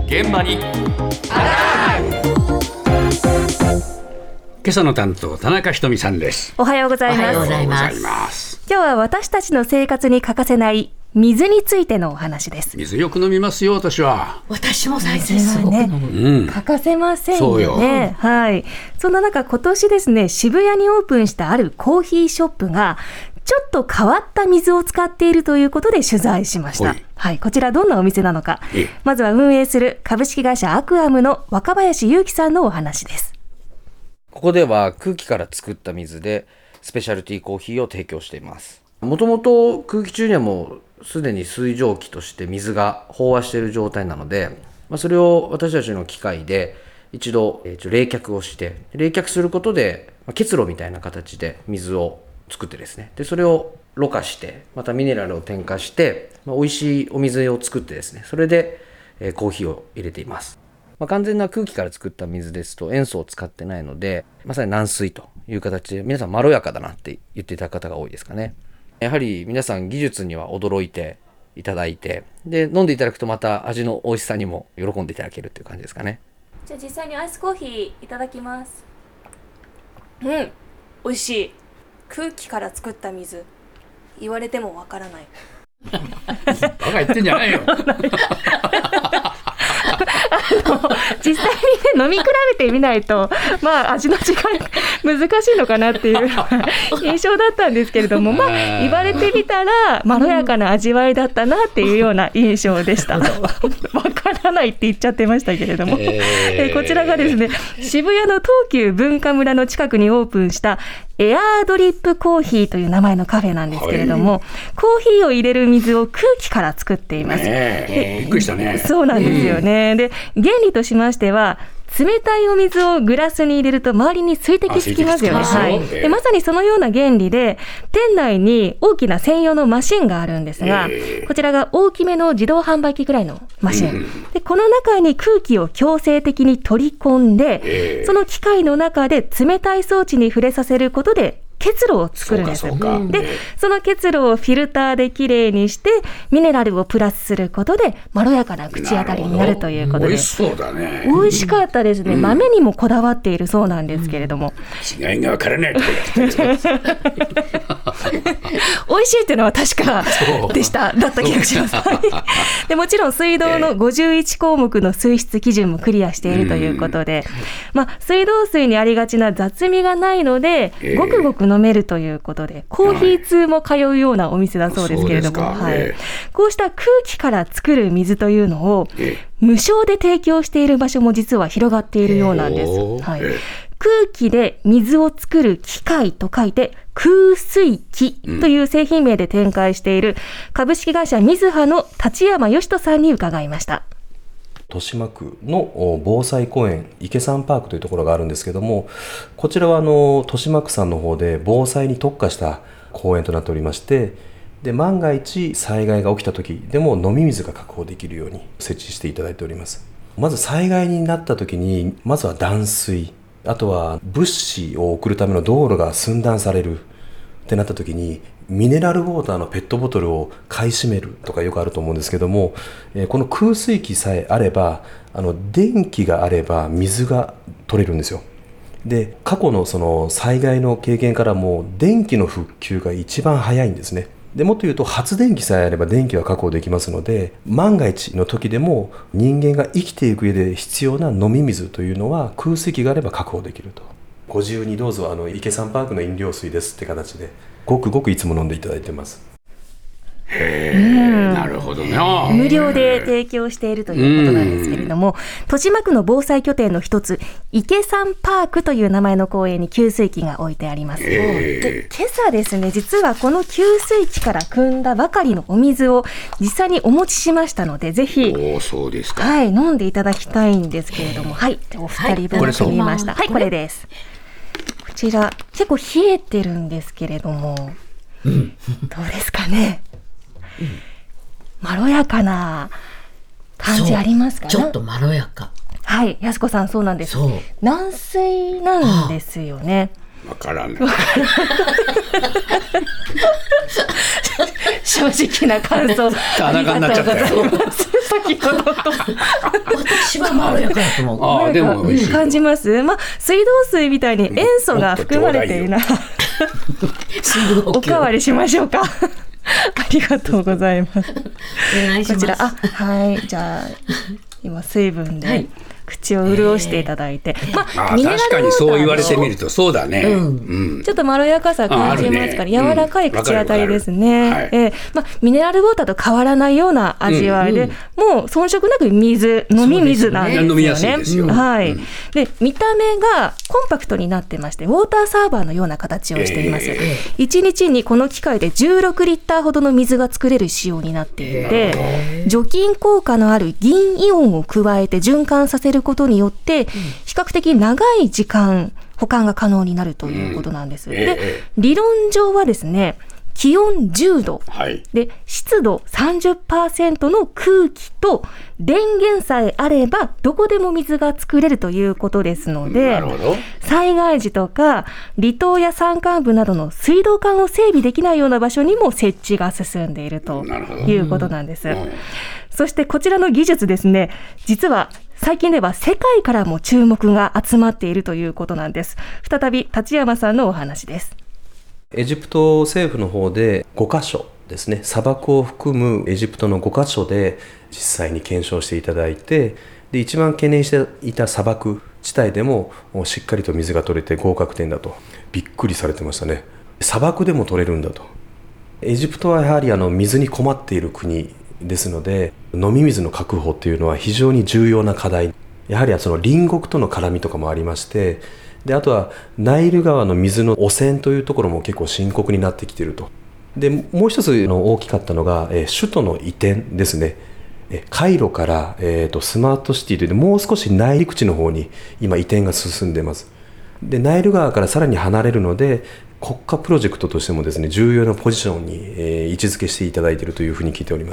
現場に今朝の担当田中ひとみさんです。 おはようございます。 おはようございます。 今日は私たちの生活に欠かせない水についてのお話です。 水よく飲みますよ。私も最近すごく飲む、 欠かせませんよね。 そうよ。 はい。そんな中、今年ですね、渋谷にオープンしたあるコーヒーショップがちょっと変わった水を使っているということで取材しました。はい、こちらどんなお店なのか、まずは運営する株式会社アクアムの若林祐樹さんのお話です。 ここでは空気から作った水でスペシャルティーコーヒーを提供しています。もともと空気中にはもうすでに水蒸気として水が飽和している状態なので、それを私たちの機械で一度冷却をして、冷却することで結露みたいな形で水を作ってですね、でそれをろ過して、またミネラルを添加して、美味しいお水を作ってですね、それでコーヒーを入れています。完全な空気から作った水ですと塩素を使ってないので、まさに軟水という形で皆さんまろやかだなって言っていただく方が多いですかね。やはり皆さん技術には驚いていただいて、で飲んでいただくとまた味の美味しさにも喜んでいただけるっていう感じですかね。 じゃあ実際にアイスコーヒーいただきます。美味しい。空気から作った水、言われてもわからない。 バカ言ってんじゃないよ。 実際に、飲み比べてみないと、味の違い難しいのかなっていう印象だったんですけれども、言われてみたらまろやかな味わいだったなっていうような印象でした。わからないって言っちゃってましたけれども、こちらがですね、渋谷の東急文化村の近くにオープンしたエアードリップコーヒーという名前のカフェなんですけれども、コーヒーを入れる水を空気から作っています。 びっくりしたね。 そうなんですよね。で、原理としましては、冷たいお水をグラスに入れると周りに水滴つきますよね。でまさにそのような原理で、店内に大きな専用のマシンがあるんですが、こちらが大きめの自動販売機くらいのマシン、でこの中に空気を強制的に取り込んで、その機械の中で冷たい装置に触れさせることで結露を作るんです。で、その結露をフィルターできれいにしてミネラルをプラスすることでまろやかな口当たりになるということで、 美味しそうだね。 美味しかったですね。豆にもこだわっているそうなんですけれども、 違いがわからないところやってる。 美味しいっていうのは確かでしただった気がします。でもちろん水道の51項目の水質基準もクリアしているということで、水道水にありがちな雑味がないので、ごくごく飲めるということで、コーヒー通も通うようなお店だそうですけれども、こうした空気から作る水というのを無償で提供している場所も実は広がっているようなんです。空気で水を作る機械と書いて空水機という製品名で展開している株式会社みずはの立山義人さんに伺いました。 豊島区の防災公園池さんパークというところがあるんですけども、こちらは豊島区さんの方で防災に特化した公園となっておりまして、で万が一災害が起きた時でも飲み水が確保できるように設置していただいております。まず災害になった時に、まずは断水、あとは物資を送るための道路が寸断されるってなった時に、ミネラルウォーターのペットボトルを買い占めるとかよくあると思うんですけども、この空水機さえあれば、電気があれば水が取れるんですよ。で、過去のその災害の経験からも電気の復旧が一番早いんですね。でもっと言うと、発電機さえあれば電気は確保できますので、万が一の時でも人間が生きていく上で必要な飲み水というのは空水機があれば確保できると。ご自由にどうぞ、池さんパークの飲料水ですって形でごくごくいつも飲んでいただいてます。 なるほどね。 無料で提供しているということなんですけれども、豊島区の防災拠点の一つ、池さんパークという名前の公園に給水機が置いてあります。で今朝ですね、実はこの給水機から汲んだばかりのお水を実際にお持ちしましたので、ぜひそうですか、 飲んでいただきたいんですけれども、お二人分飲みました。これです。こちら結構冷えてるんですけれども、どうですかね。まろやかな感じありますかね。 ちょっとまろやか。 安子さん、そうなんです。軟水なんですよね。 わからない。 正直な感想。 田中になっちゃったよ。 先ほどと。 私一番まろやかだと思う。 ああでも美味しい。 感じます。まあ水道水みたいに塩素が含まれているならおかわりしましょうか。ありがとうございます。 お願いします。 こちらはいじゃあ今水分で口を潤していただいて、 あミネラル確かにそう言われてみるるとそうだね。うんちょっとまろやかさ感じますから、柔らかい口当たりですね。 わかるミネラルウォーターと変わらないような味わいで、もう遜色なく飲み水なんですよね。 飲みやすいですよ。 はい。で見た目がコンパクトになってまして、ウォーターサーバーのような形をしています。1日にこの機械で16リッターほどの水が作れる仕様になっていて、除菌効果のある銀イオンを加えて循環させることによって比較的長い時間保管が可能になるということなんです。で理論上はですね、気温10度、で湿度 30% の空気と電源さえあればどこでも水が作れるということですので、災害時とか離島や山間部などの水道管を整備できないような場所にも設置が進んでいるということなんです。そしてこちらの技術ですね、実は最近では世界からも注目が集まっているということなんです。再び立山さんのお話です。 エジプト政府の方で5カ所ですね、砂漠を含むエジプトの5カ所で実際に検証していただいて、で一番懸念していた砂漠地帯でもしっかりと水が取れて合格点だとびっくりされてましたね。砂漠でも取れるんだと。エジプトはやはり水に困っている国ですので、飲み水の確保っていうのは非常に重要な課題。やはりその隣国との絡みとかもありまして、であとはナイル川の水の汚染というところも結構深刻になってきていると。でもう一つ大きかったのが、首都の移転ですね。カイロから、スマートシティというもう少し内陸地の方に今移転が進んでいます。でナイル川からさらに離れるので、国家プロジェクトとしてもですね、重要なポジションに、位置づけしていただいているというふうに聞いております。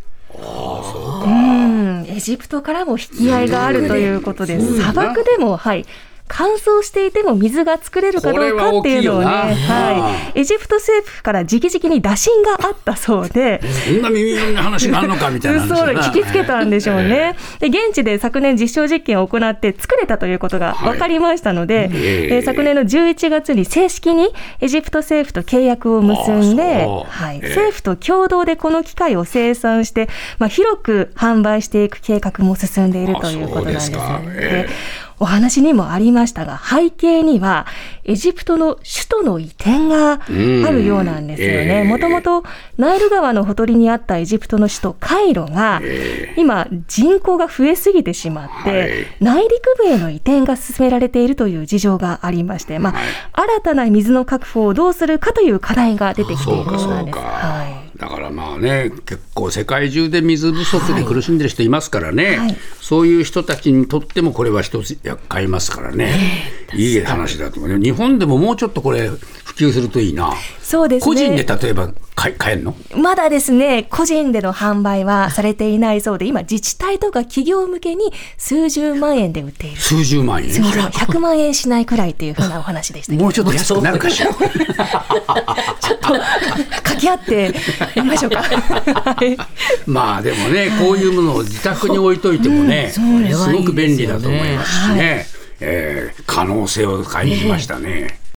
エジプトからも引き合いがあるということです。砂漠でも乾燥していても水が作れるかどうかっていうのをね、エジプト政府から直々に打診があったそうで、 そんな耳寄りな話があるのかみたいなそう聞きつけたんでしょうね。で現地で昨年実証実験を行って作れたということが分かりましたので、昨年の11月に正式にエジプト政府と契約を結んで、政府と共同でこの機械を生産して、広く販売していく計画も進んでいるということなんです。お話にもありましたが、背景にはエジプトの首都の移転があるようなんですよね。もともとナイル川のほとりにあったエジプトの首都カイロが、今人口が増えすぎてしまって、内陸部への移転が進められているという事情がありまして、新たな水の確保をどうするかという課題が出てきているそうなんです。 だから結構世界中で水不足で苦しんでる人いますからね、そういう人たちにとってもこれは一つ厄介ますからね、いい話だと思う。日本でももうちょっとこれ普及するといいな。 そうですね。 個人で例えば買えるの？まだですね、個人での販売はされていないそうで、今自治体とか企業向けに数十万円で売っている。 数十万円 100万円しないくらいというふうなお話でしたけど、 もうちょっと安くなるかしら。ちょっと掛け合ってみましょうか。 でもね、こういうものを自宅に置いといてもね、すごく便利だと思いますしね、可能性を感じましたね。